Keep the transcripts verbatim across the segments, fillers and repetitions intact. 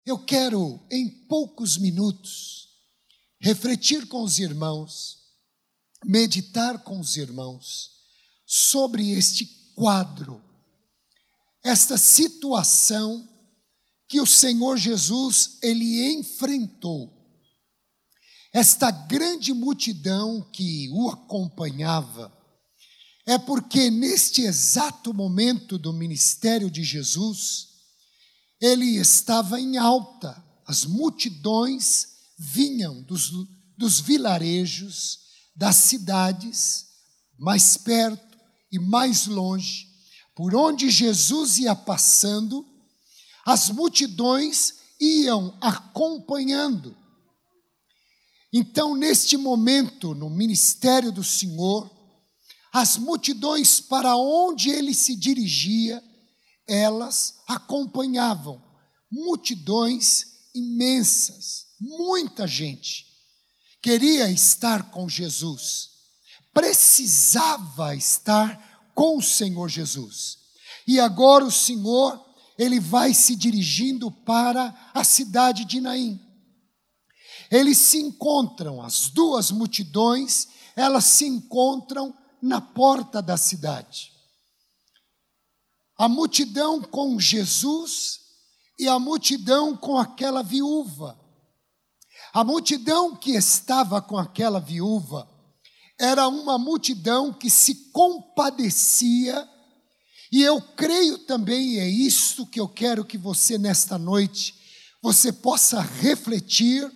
Eu quero, em poucos minutos, refletir com os irmãos, meditar com os irmãos sobre este quadro, esta situação que o Senhor Jesus, ele enfrentou. Esta grande multidão que o acompanhava, é porque neste exato momento do ministério de Jesus, ele estava em alta. As multidões vinham dos, dos vilarejos, das cidades, mais perto e mais longe. Por onde Jesus ia passando, as multidões iam acompanhando. Então, neste momento, no ministério do Senhor, as multidões para onde ele se dirigia, elas acompanhavam. Multidões imensas, muita gente queria estar com Jesus, precisava estar com o Senhor Jesus. E agora o Senhor, ele vai se dirigindo para a cidade de Naim. Eles se encontram, as duas multidões, elas se encontram na porta da cidade. A multidão com Jesus e a multidão com aquela viúva. A multidão que estava com aquela viúva era uma multidão que se compadecia, e eu creio também, e é isso que eu quero que você nesta noite, você possa refletir.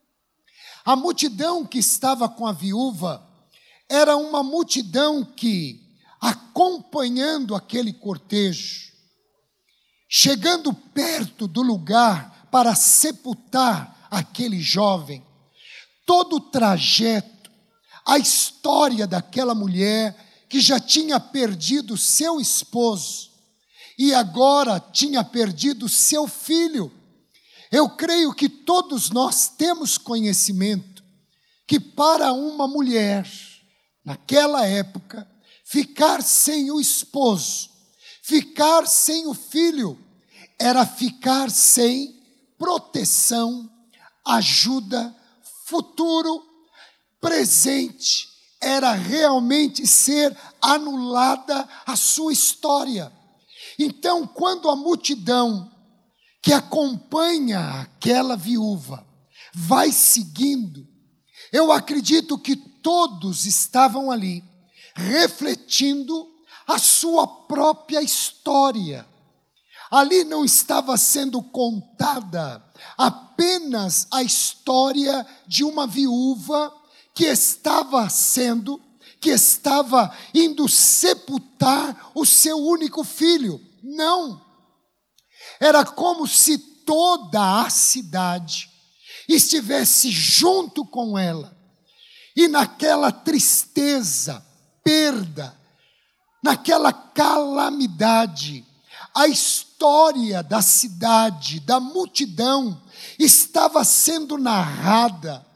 A multidão que estava com a viúva era uma multidão que, acompanhando aquele cortejo, chegando perto do lugar para sepultar aquele jovem, todo o trajeto, a história daquela mulher que já tinha perdido seu esposo e agora tinha perdido seu filho. Eu creio que todos nós temos conhecimento que para uma mulher, naquela época, ficar sem o esposo, ficar sem o filho, era ficar sem proteção, ajuda, futuro, presente, era realmente ser anulada a sua história. Então, quando a multidão que acompanha aquela viúva vai seguindo, eu acredito que todos estavam ali, refletindo a sua própria história. Ali não estava sendo contada apenas a história de uma viúva que estava sendo, que estava indo sepultar o seu único filho. Não. Era como se toda a cidade estivesse junto com ela. E naquela tristeza, perda, naquela calamidade, a história da cidade, da multidão, estava sendo narrada,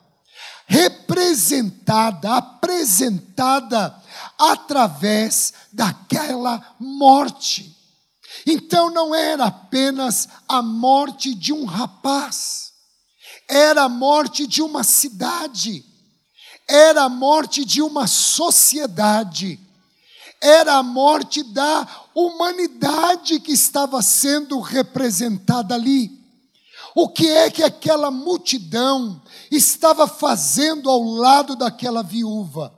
representada, apresentada através daquela morte. Então não era apenas a morte de um rapaz, era a morte de uma cidade, era a morte de uma sociedade, era a morte da humanidade que estava sendo representada ali. O que é que aquela multidão estava fazendo ao lado daquela viúva?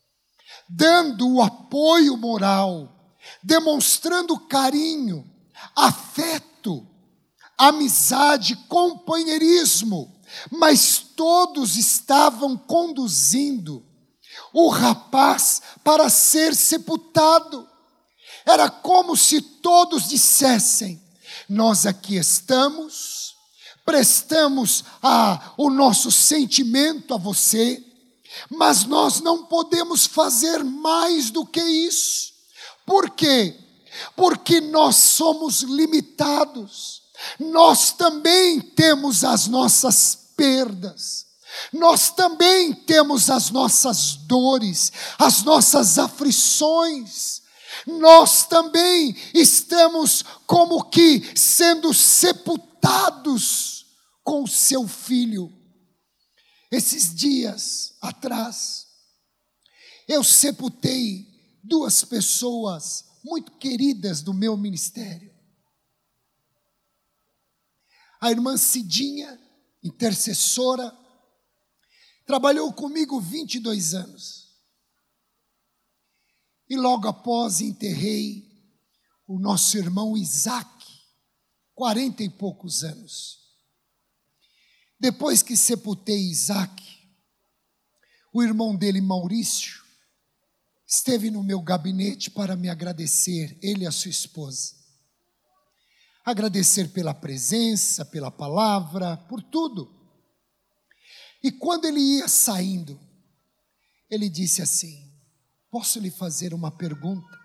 Dando o apoio moral, demonstrando carinho, afeto, amizade, companheirismo, mas todos estavam conduzindo o rapaz para ser sepultado. Era como se todos dissessem: nós aqui estamos, prestamos a, o nosso sentimento a você, mas nós não podemos fazer mais do que isso. Por quê? Porque nós somos limitados, nós também temos as nossas perdas, nós também temos as nossas dores, as nossas aflições, nós também estamos como que sendo sepultados o seu filho. Esses dias atrás, eu sepultei duas pessoas muito queridas do meu ministério. A irmã Cidinha, intercessora, trabalhou comigo vinte e dois anos. E logo após enterrei o nosso irmão Isaac, quarenta e poucos anos. Depois que sepultei Isaac, o irmão dele, Maurício, esteve no meu gabinete para me agradecer, ele e a sua esposa. Agradecer pela presença, pela palavra, por tudo. E quando ele ia saindo, ele disse assim: posso lhe fazer uma pergunta?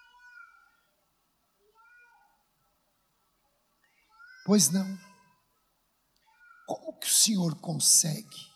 Pois não. Como que o senhor consegue?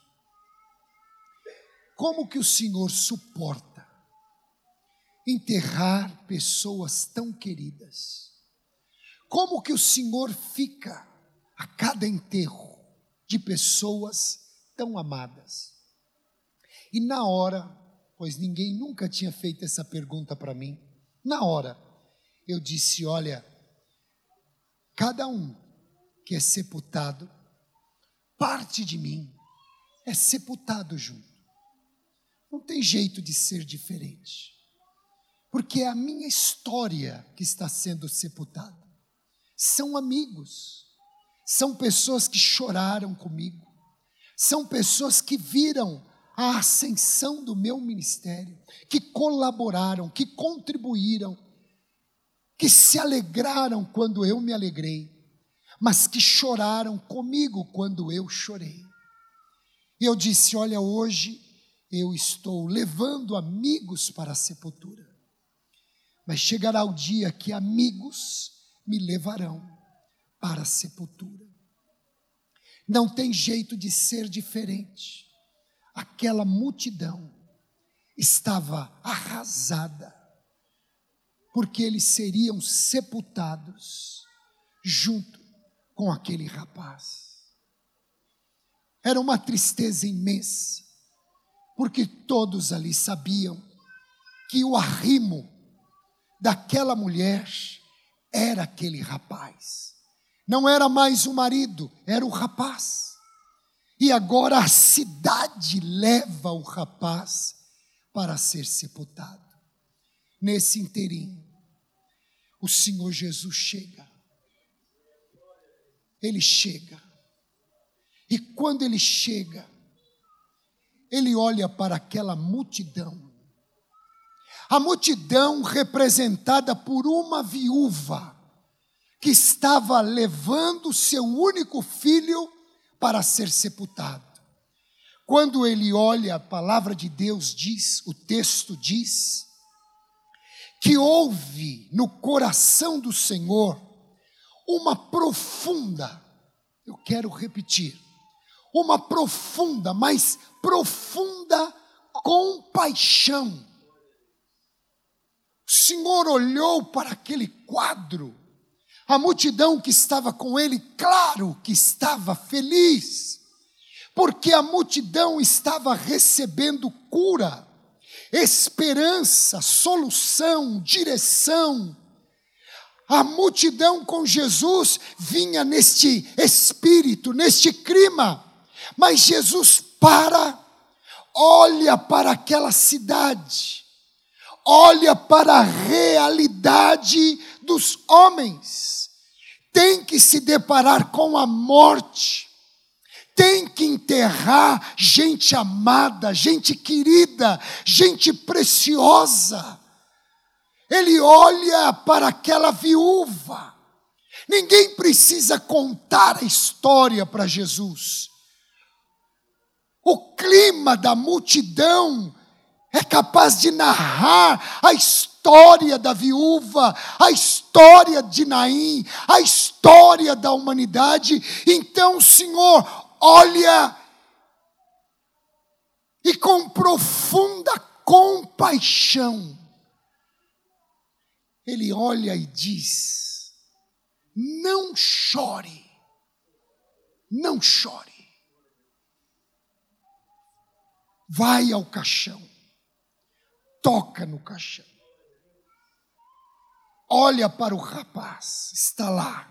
Como que o senhor suporta enterrar pessoas tão queridas? Como que o senhor fica a cada enterro de pessoas tão amadas? E na hora, pois ninguém nunca tinha feito essa pergunta para mim, na hora eu disse: olha, cada um que é sepultado, parte de mim é sepultado junto. Não tem jeito de ser diferente, porque é a minha história que está sendo sepultada. São amigos, são pessoas que choraram comigo, são pessoas que viram a ascensão do meu ministério, que colaboraram, que contribuíram, que se alegraram quando eu me alegrei, mas que choraram comigo quando eu chorei. E eu disse: olha, hoje eu estou levando amigos para a sepultura, mas chegará o dia que amigos me levarão para a sepultura. Não tem jeito de ser diferente. Aquela multidão estava arrasada, porque eles seriam sepultados junto com aquele rapaz. Era uma tristeza imensa, porque todos ali sabiam que o arrimo daquela mulher era aquele rapaz. Não era mais o marido, era o rapaz. E agora a cidade leva o rapaz para ser sepultado. Nesse inteirinho, o Senhor Jesus chega. Ele chega. E quando ele chega, ele olha para aquela multidão. A multidão representada por uma viúva que estava levando seu único filho para ser sepultado. Quando ele olha, a palavra de Deus diz, o texto diz, que houve no coração do Senhor uma profunda, eu quero repetir, uma profunda, mas profunda compaixão. O Senhor olhou para aquele quadro, a multidão que estava com ele, claro que estava feliz, porque a multidão estava recebendo cura, esperança, solução, direção. A multidão com Jesus vinha neste espírito, neste clima, mas Jesus para, olha para aquela cidade, olha para a realidade dos homens, tem que se deparar com a morte, tem que enterrar gente amada, gente querida, gente preciosa. Ele olha para aquela viúva. Ninguém precisa contar a história para Jesus. O clima da multidão é capaz de narrar a história da viúva, a história de Naim, a história da humanidade. Então o Senhor olha e com profunda compaixão, Ele olha e diz: não chore. não chore. Vai ao caixão, toca no caixão, olha para o rapaz, está lá.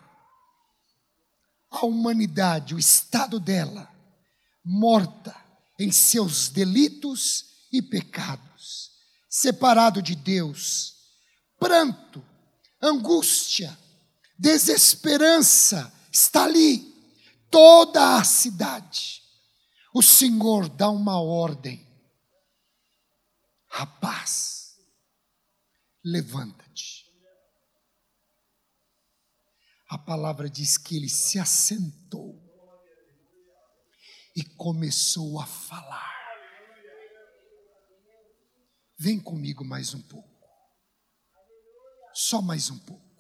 A humanidade, o estado dela, morta em seus delitos e pecados, separado de Deus, pranto, angústia, desesperança, está ali, toda a cidade. O Senhor dá uma ordem: rapaz, levanta-te. A palavra diz que ele se assentou e começou a falar. Vem comigo mais um pouco. Só mais um pouco.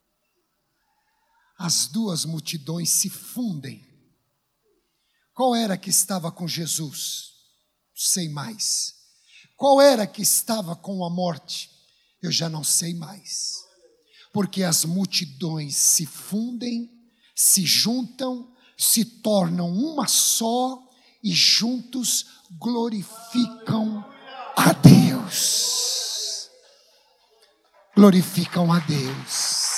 As duas multidões se fundem. Qual era que estava com Jesus? Sei mais. Qual era que estava com a morte? Eu já não sei mais. Porque as multidões se fundem, se juntam, se tornam uma só e juntos glorificam a Deus. Glorificam a Deus.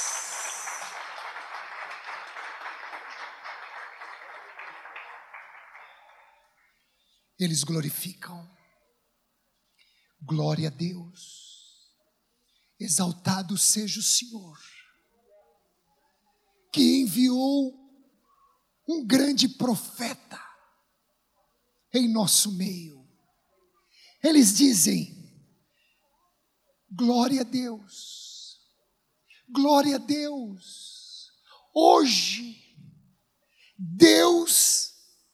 Eles glorificam. Glória a Deus. Exaltado seja o Senhor, que enviou um grande profeta em nosso meio. Eles dizem: glória a Deus, glória a Deus. Hoje, Deus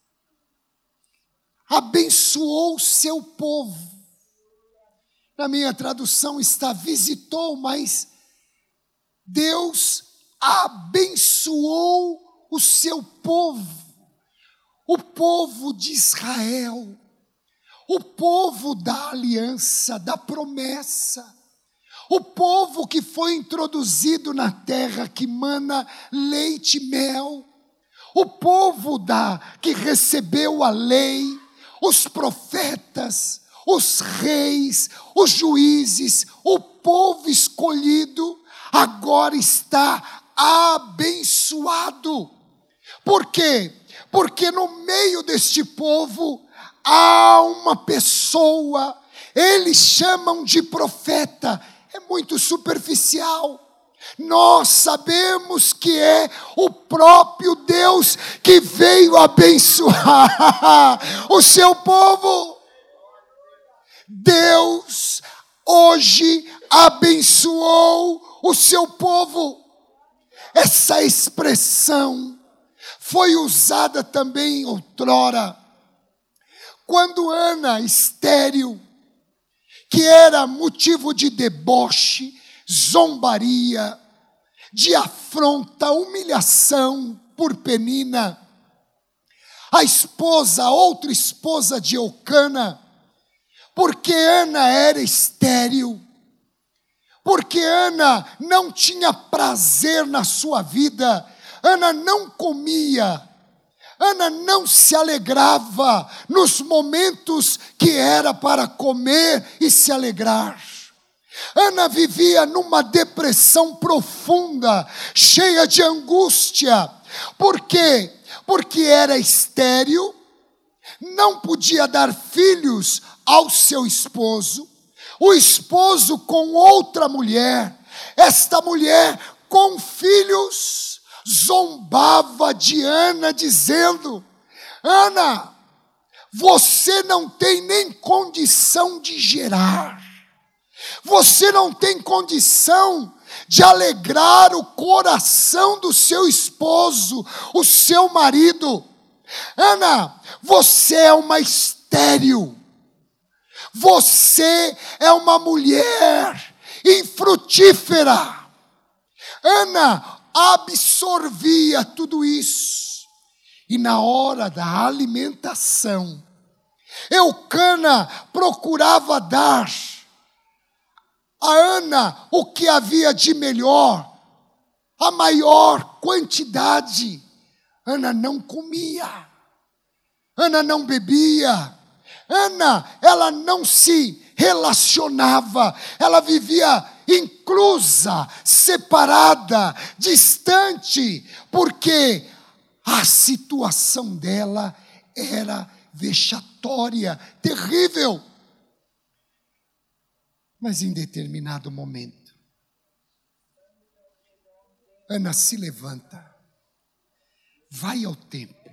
abençoou o seu povo. Na minha tradução está visitou, mas Deus abençoou o seu povo, o povo de Israel, o povo da aliança, da promessa, o povo que foi introduzido na terra que mana leite e mel, o povo da, que recebeu a lei, os profetas, os reis, os juízes, o povo escolhido, agora está abençoado. Por quê? Porque no meio deste povo há uma pessoa, eles chamam de profeta, é muito superficial. Nós sabemos que é o próprio Deus que veio abençoar o seu povo. Deus hoje abençoou o seu povo. Essa expressão foi usada também outrora, quando Ana, estéril, que era motivo de deboche, zombaria, de afronta, humilhação por Penina, a esposa, outra esposa de Eucana, porque Ana era estéril, porque Ana não tinha prazer na sua vida, Ana não comia, Ana não se alegrava nos momentos que era para comer e se alegrar. Ana vivia numa depressão profunda, cheia de angústia. Por quê? Porque era estéril, não podia dar filhos ao seu esposo, o esposo com outra mulher, esta mulher com filhos, zombava de Ana, dizendo: Ana, você não tem nem condição de gerar, você não tem condição de alegrar o coração do seu esposo, o seu marido. Ana, você é uma estéril, você é uma mulher infrutífera. Ana absorvia tudo isso, e na hora da alimentação, Eucana procurava dar a Ana o que havia de melhor, a maior quantidade. Ana não comia, Ana não bebia, Ana, ela não se relacionava, ela vivia inclusa, separada, distante, porque a situação dela era vexatória, terrível. Mas em determinado momento, Ana se levanta, vai ao templo,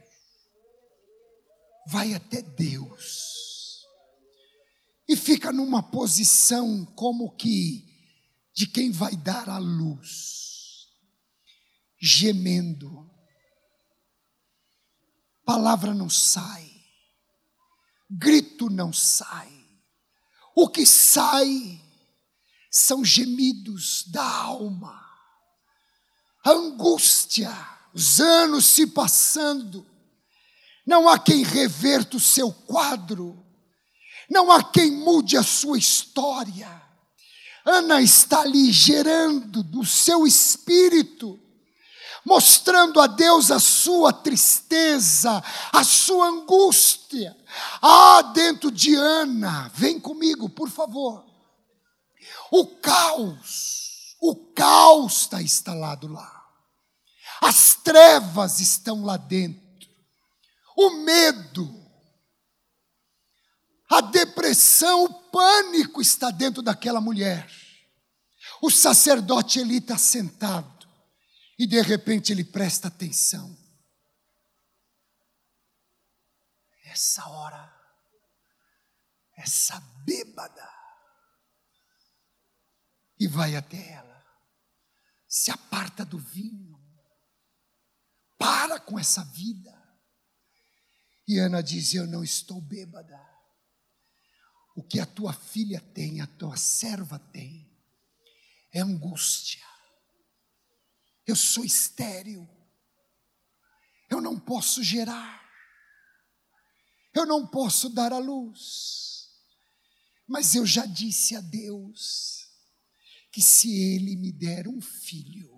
vai até Deus e fica numa posição como que de quem vai dar a luz, gemendo. Palavra não sai, grito não sai. O que sai são gemidos da alma, a angústia, os anos se passando. Não há quem reverta o seu quadro, não há quem mude a sua história. Ana está ali gerando do seu espírito, mostrando a Deus a sua tristeza, a sua angústia. Ah, dentro de Ana, vem comigo, por favor. O caos, o caos está instalado lá. As trevas estão lá dentro. O medo, a depressão, o pânico está dentro daquela mulher. O sacerdote Eli está sentado e de repente ele presta atenção. Essa hora, essa bêbada, e vai até ela, se aparta do vinho, para com essa vida. E Ana diz: eu não estou bêbada. O que a tua filha tem, a tua serva tem, é angústia. Eu sou estéril, eu não posso gerar, eu não posso dar à luz, mas eu já disse a Deus, que se Ele me der um filho,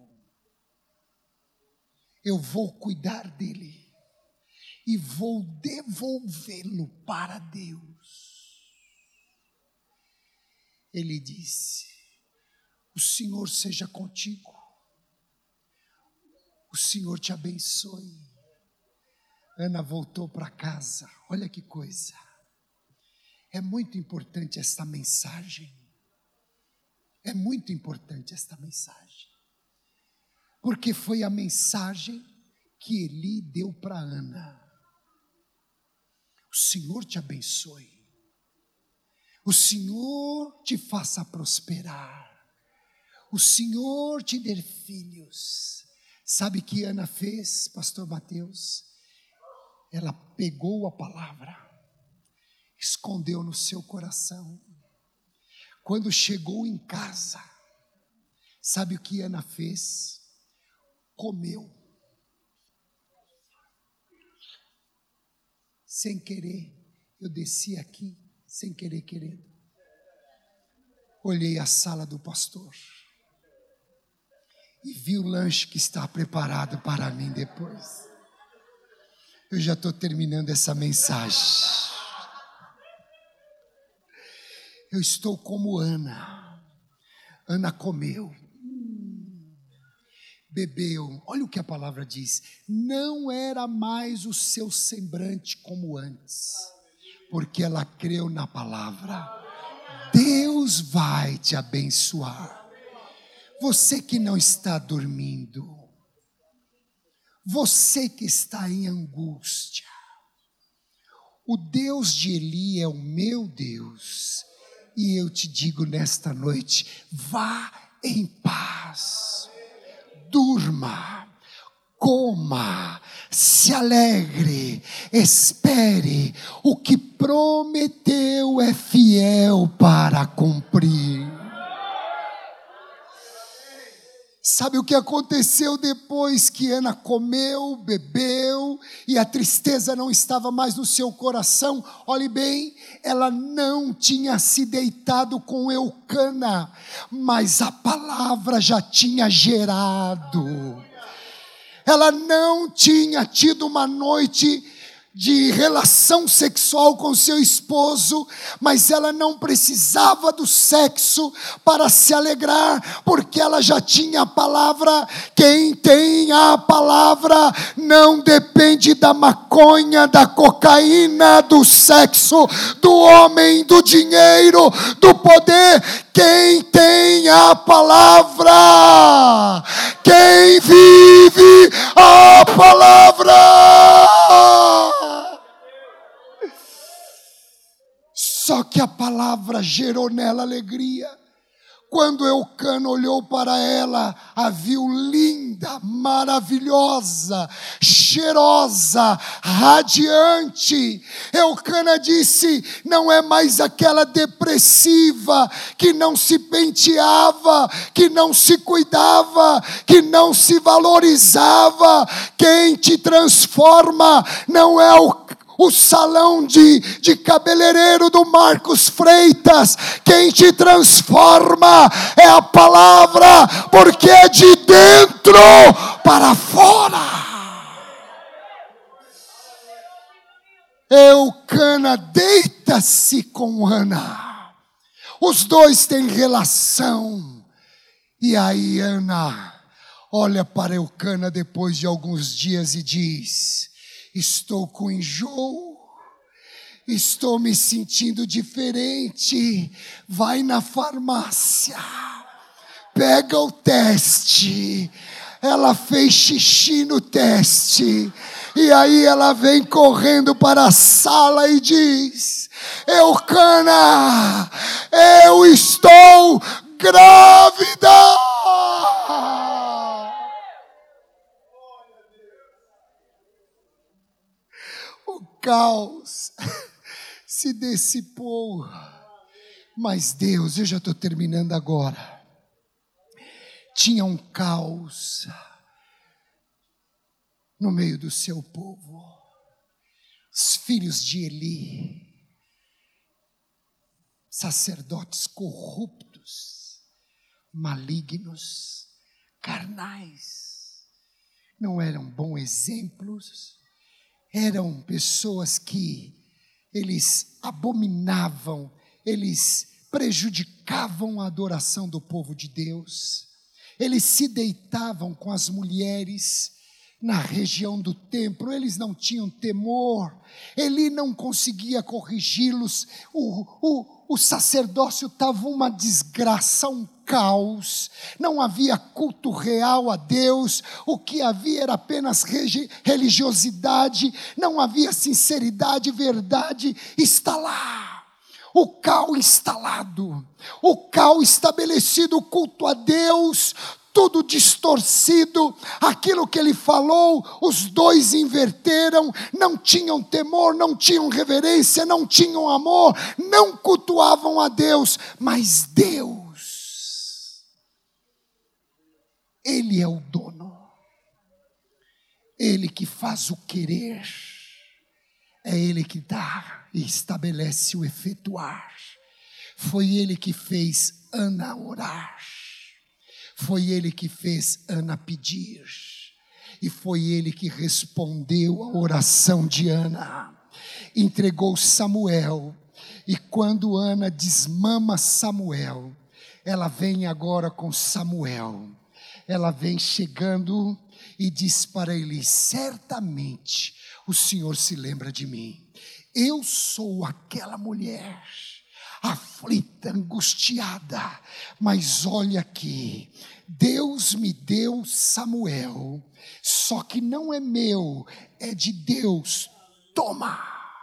eu vou cuidar dele, e vou devolvê-lo para Deus. Ele disse: o Senhor seja contigo, o Senhor te abençoe. Ana voltou para casa. Olha que coisa, é muito importante esta mensagem, é muito importante esta mensagem, porque foi a mensagem que Eli deu para Ana. O Senhor te abençoe, o Senhor te faça prosperar, o Senhor te dê filhos. Sabe o que Ana fez, pastor Mateus? Ela pegou a palavra, escondeu no seu coração. Quando chegou em casa, sabe o que Ana fez? Comeu. Sem querer, eu desci aqui, sem querer, querendo. Olhei a sala do pastor e vi o lanche que está preparado para mim depois. Eu já estou terminando essa mensagem. Eu estou como Ana. Ana comeu, bebeu. Olha o que a palavra diz. Não era mais o seu semblante como antes, porque ela creu na palavra. Deus vai te abençoar. Você que não está dormindo, você que está em angústia, o Deus de Eli é o meu Deus. E eu te digo nesta noite: vá em paz, durma, coma, se alegre, espere. O que prometeu é fiel para cumprir. Sabe o que aconteceu depois que Ana comeu, bebeu e a tristeza não estava mais no seu coração? Olhe bem, ela não tinha se deitado com Eucana, mas a palavra já tinha gerado. ela não tinha tido uma noite de relação sexual com seu esposo, mas ela não precisava do sexo para se alegrar, porque ela já tinha a palavra. Quem tem a palavra não depende da maconha, da cocaína, do sexo, do homem, do dinheiro, do poder. Quem tem a palavra, quem vive a palavra. Só que a palavra gerou nela alegria. Quando Eucana olhou para ela, a viu linda, maravilhosa, cheirosa, radiante. Eucana disse: não é mais aquela depressiva, que não se penteava, que não se cuidava, que não se valorizava. Quem te transforma não é o O salão de, de cabeleireiro do Marcos Freitas. Quem te transforma é a palavra, porque é de dentro para fora. Eucana deita-se com Ana. Os dois têm relação. E aí Ana olha para Eucana depois de alguns dias e diz: estou com enjoo, estou me sentindo diferente. Vai na farmácia, pega o teste. Ela fez xixi no teste, e aí ela vem correndo para a sala e diz: Eucana, eu estou grávida. Caos se dissipou, mas Deus, eu já estou terminando agora, tinha um caos no meio do seu povo. Os filhos de Eli, sacerdotes corruptos, malignos, carnais, não eram bons exemplos. Eram pessoas que eles abominavam, eles prejudicavam a adoração do povo de Deus. Eles se deitavam com as mulheres na região do templo, eles não tinham temor. Ele não conseguia corrigi-los. O, o, o sacerdócio estava uma desgraça, um caos. Não havia culto real a Deus. O que havia era apenas religiosidade. Não havia sinceridade, verdade. Está lá o caos instalado, o caos estabelecido, o culto a Deus tudo distorcido. Aquilo que ele falou, os dois inverteram, não tinham temor, não tinham reverência, não tinham amor, não cultuavam a Deus. Mas Deus, Ele é o dono, Ele que faz o querer, é Ele que dá e estabelece o efetuar. Foi Ele que fez Ana orar, foi Ele que fez Ana pedir, e foi Ele que respondeu a oração de Ana. Entregou Samuel, e quando Ana desmama Samuel, ela vem agora com Samuel, ela vem chegando e diz para ele: certamente o Senhor se lembra de mim, eu sou aquela mulher aflita, angustiada, mas olha aqui, Deus me deu Samuel, só que não é meu, é de Deus, toma.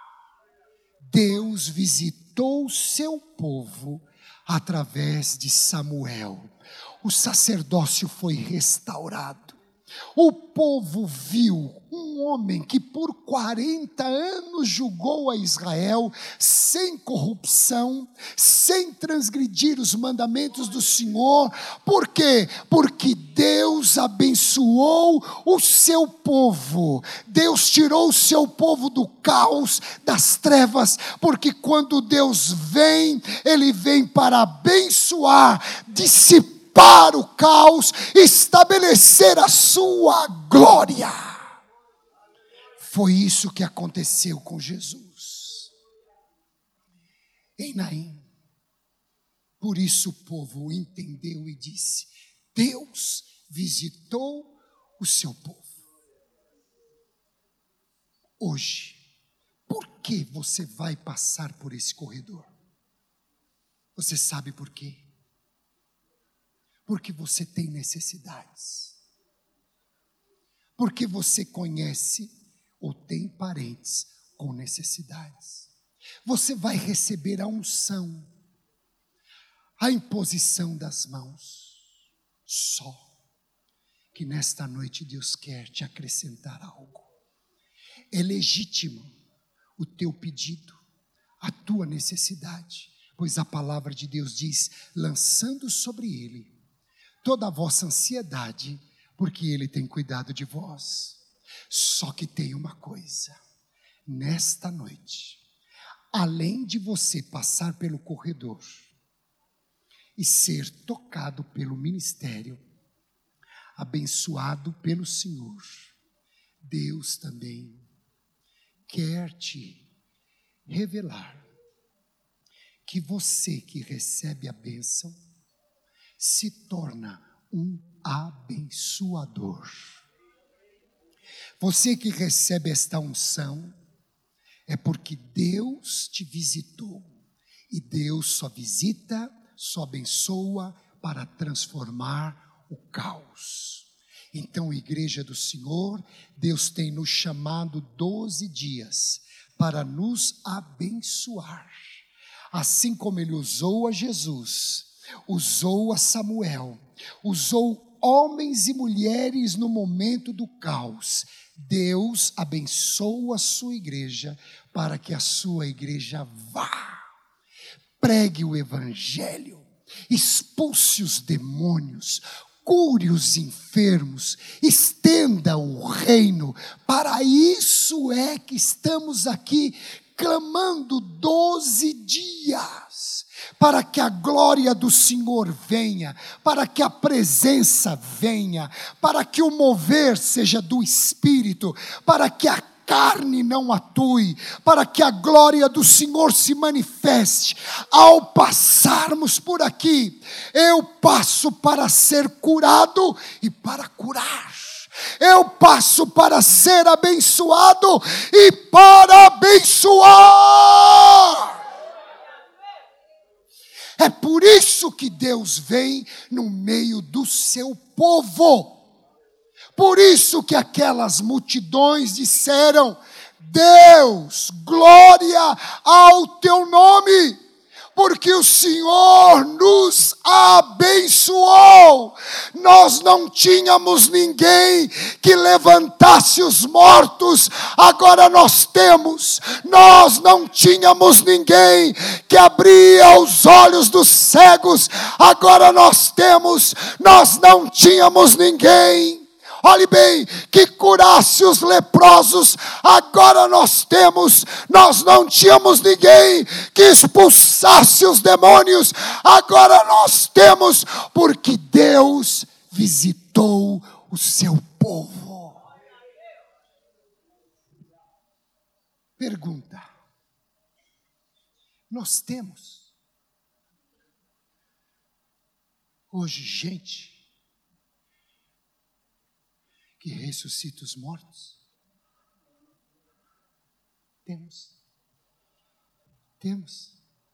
Deus visitou o seu povo através de Samuel, o sacerdócio foi restaurado. O povo viu um homem que por quarenta anos julgou a Israel sem corrupção, sem transgredir os mandamentos do Senhor. Por quê? Porque Deus abençoou o seu povo. Deus tirou o seu povo do caos, das trevas, porque quando Deus vem, Ele vem para abençoar, dissipar limpar o caos, estabelecer a sua glória. Foi isso que aconteceu com Jesus em Naim. Por isso o povo entendeu e disse: Deus visitou o seu povo. Hoje, por que você vai passar por esse corredor? Você sabe por quê? Porque você tem necessidades. Porque você conhece ou tem parentes com necessidades. Você vai receber a unção, a imposição das mãos. Só que nesta noite Deus quer te acrescentar algo. É legítimo o teu pedido, a tua necessidade, pois a palavra de Deus diz: lançando sobre Ele toda a vossa ansiedade, porque Ele tem cuidado de vós. Só que tem uma coisa, nesta noite, além de você passar pelo corredor e ser tocado pelo ministério, abençoado pelo Senhor, Deus também quer te revelar que você que recebe a bênção se torna um abençoador. Você que recebe esta unção é porque Deus te visitou, e Deus só visita, só abençoa para transformar o caos. Então, igreja do Senhor, Deus tem nos chamado doze dias para nos abençoar. Assim como Ele usou a Jesus, usou a Samuel, usou homens e mulheres no momento do caos, Deus abençoa a sua igreja para que a sua igreja vá, pregue o evangelho, expulse os demônios, cure os enfermos, estenda o reino. Para isso é que estamos aqui clamando doze dias, para que a glória do Senhor venha, para que a presença venha, para que o mover seja do Espírito, para que a carne não atue, para que a glória do Senhor se manifeste. Ao passarmos por aqui, eu passo para ser curado e para curar. Eu passo para ser abençoado e para abençoar. É por isso que Deus vem no meio do seu povo. Por isso que aquelas multidões disseram: Deus, glória ao teu nome, porque o Senhor nos abençoou. Nós não tínhamos ninguém que levantasse os mortos, agora nós temos. Nós não tínhamos ninguém que abria os olhos dos cegos, agora nós temos. Nós não tínhamos ninguém, olhe bem, que curasse os leprosos, agora nós temos. Nós não tínhamos ninguém que expulsasse os demônios, agora nós temos, porque Deus visitou o seu povo. Pergunta: nós temos hoje gente que ressuscita os mortos? Temos. Temos.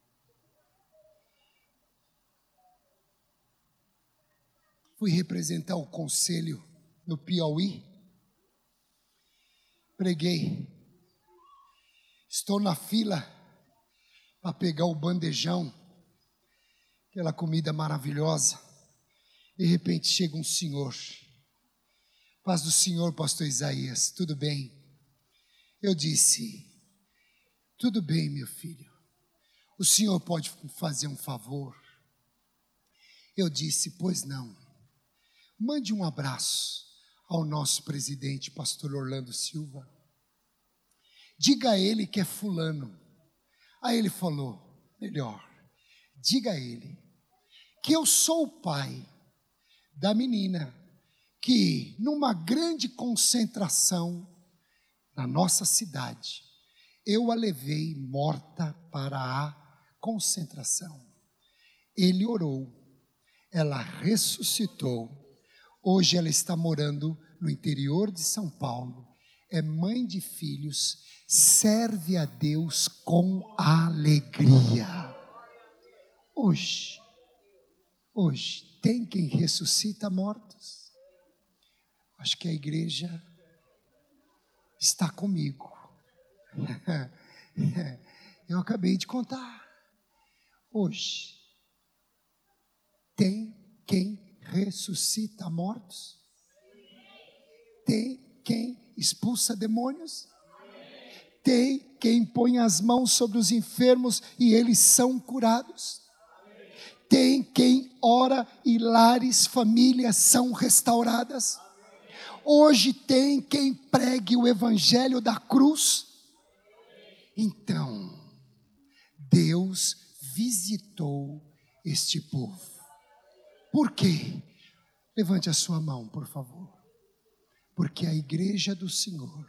Fui representar o conselho no Piauí. Preguei. Estou na fila para pegar o bandejão, aquela comida maravilhosa. De repente chega um senhor. Paz do Senhor, pastor Isaías, tudo bem? Eu disse: tudo bem, meu filho. O senhor pode fazer um favor? Eu disse: pois não. Mande um abraço ao nosso presidente, pastor Orlando Silva. Diga a ele que é fulano. Aí ele falou: melhor, diga a ele que eu sou o pai da menina que, numa grande concentração na nossa cidade, eu a levei morta para a concentração. Ele orou, ela ressuscitou. Hoje ela está morando no interior de São Paulo. É mãe de filhos, serve a Deus com alegria. Hoje, hoje, tem quem ressuscita mortos? Acho que a igreja está comigo. Eu acabei de contar. Hoje, tem quem ressuscita mortos? Tem quem expulsa demônios? Tem quem põe as mãos sobre os enfermos e eles são curados? Tem quem ora e lares, famílias são restauradas? Hoje tem quem pregue o evangelho da cruz? Então, Deus visitou este povo. Por quê? Levante a sua mão, por favor. Porque a igreja do Senhor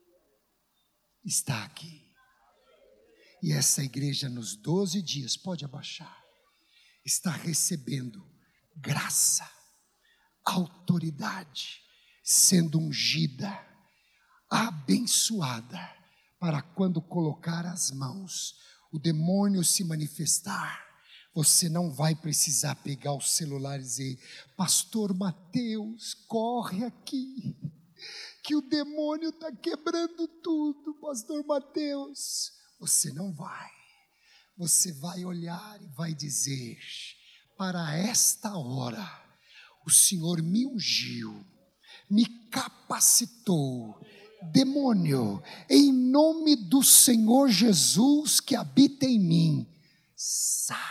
está aqui. E essa igreja nos doze dias, pode abaixar, está recebendo graça, autoridade, sendo ungida, abençoada, para quando colocar as mãos, o demônio se manifestar, você não vai precisar pegar o celular e dizer: pastor Mateus, corre aqui, que o demônio está quebrando tudo, pastor Mateus. Você não vai, você vai olhar e vai dizer: para esta hora, o Senhor me ungiu, me capacitou. Demônio, em nome do Senhor Jesus que habita em mim, sai.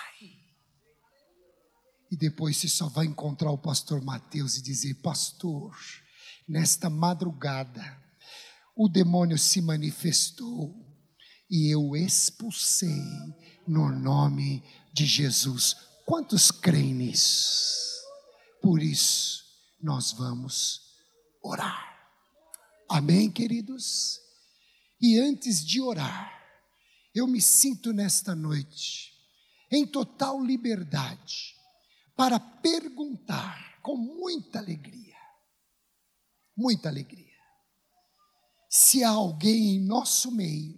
E depois você só vai encontrar o pastor Mateus e dizer: pastor, nesta madrugada, o demônio se manifestou e eu expulsei no nome de Jesus. Quantos creem nisso? Por isso, nós vamos orar. Amém, queridos? E antes de orar, eu me sinto nesta noite em total liberdade para perguntar com muita alegria, muita alegria, se há alguém em nosso meio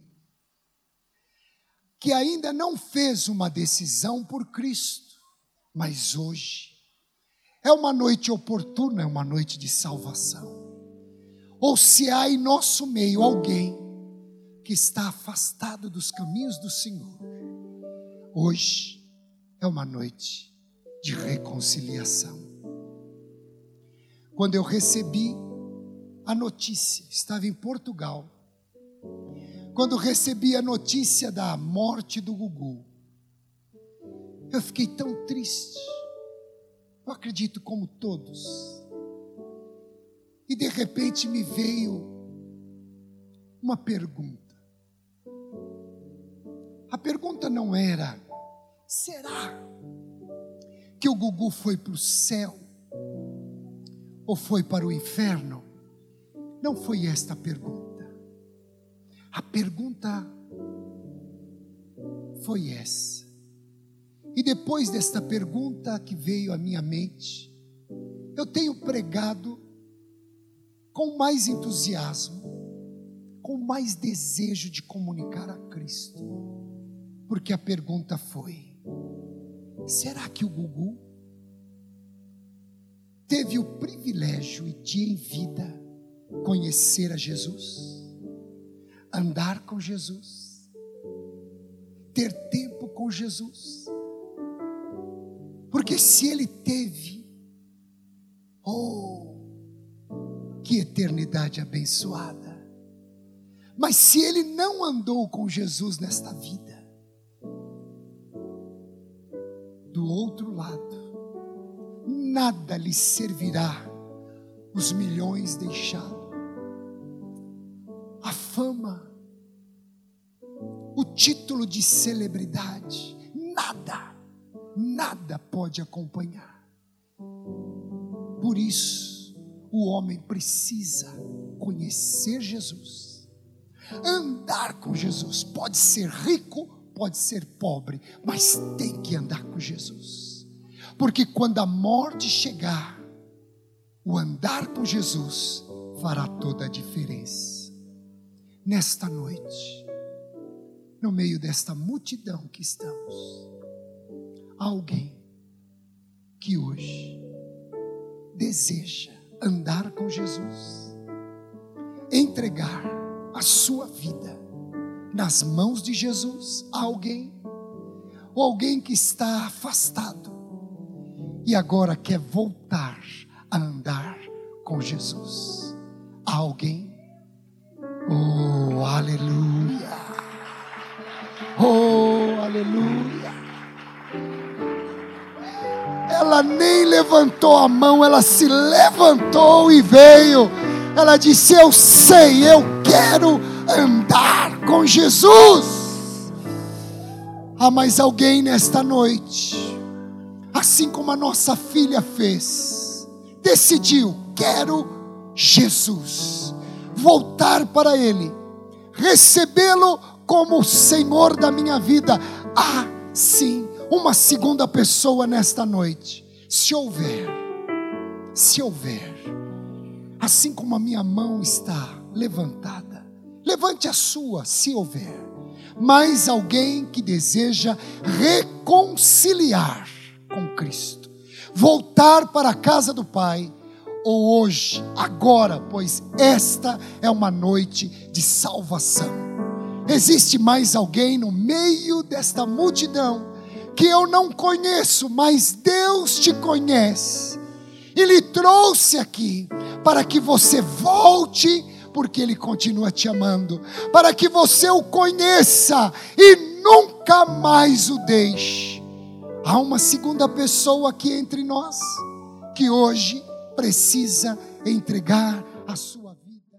que ainda não fez uma decisão por Cristo, mas hoje é uma noite oportuna, é uma noite de salvação. Ou se há em nosso meio alguém que está afastado dos caminhos do Senhor, hoje é uma noite de reconciliação. Quando eu recebi a notícia, estava em Portugal, quando recebi a notícia da morte do Gugu, eu fiquei tão triste, eu acredito como todos. E de repente me veio uma pergunta. A pergunta não era: será que o Gugu foi para o céu ou foi para o inferno? Não foi esta a pergunta. A pergunta foi essa. E depois desta pergunta que veio à minha mente, eu tenho pregado com mais entusiasmo, com mais desejo de comunicar a Cristo, porque a pergunta foi: será que o Gugu teve o privilégio de em vida conhecer a Jesus, andar com Jesus, ter tempo com Jesus? Porque se ele teve, oh, que eternidade abençoada. Mas se ele não andou com Jesus nesta vida, do outro lado, nada lhe servirá os milhões deixados, a fama, o título de celebridade, nada, nada pode acompanhar. Por isso, o homem precisa conhecer Jesus, andar com Jesus. Pode ser rico, pode ser pobre, mas tem que andar com Jesus. Porque quando a morte chegar, o andar com Jesus fará toda a diferença. Nesta noite, no meio desta multidão que estamos, há alguém que hoje deseja andar com Jesus, entregar a sua vida nas mãos de Jesus. Há alguém, ou alguém que está afastado e agora quer voltar a andar com Jesus. Há alguém? Oh, aleluia! Oh, aleluia! Ela nem levantou a mão, ela se levantou e veio. Ela disse: eu sei, eu quero andar com Jesus. Há mais alguém nesta noite, assim como a nossa filha fez, decidiu: quero Jesus, voltar para Ele, recebê-lo como o Senhor da minha vida. Há sim uma segunda pessoa nesta noite. Se houver, se houver, assim como a minha mão está levantada, levante a sua, se houver. Mais alguém que deseja reconciliar com Cristo, voltar para a casa do Pai, ou hoje, agora, pois esta é uma noite de salvação. Existe mais alguém no meio desta multidão que eu não conheço, mas Deus te conhece e lhe trouxe aqui para que você volte, porque Ele continua te amando, para que você o conheça e nunca mais o deixe. Há uma segunda pessoa aqui entre nós que hoje precisa entregar a sua vida.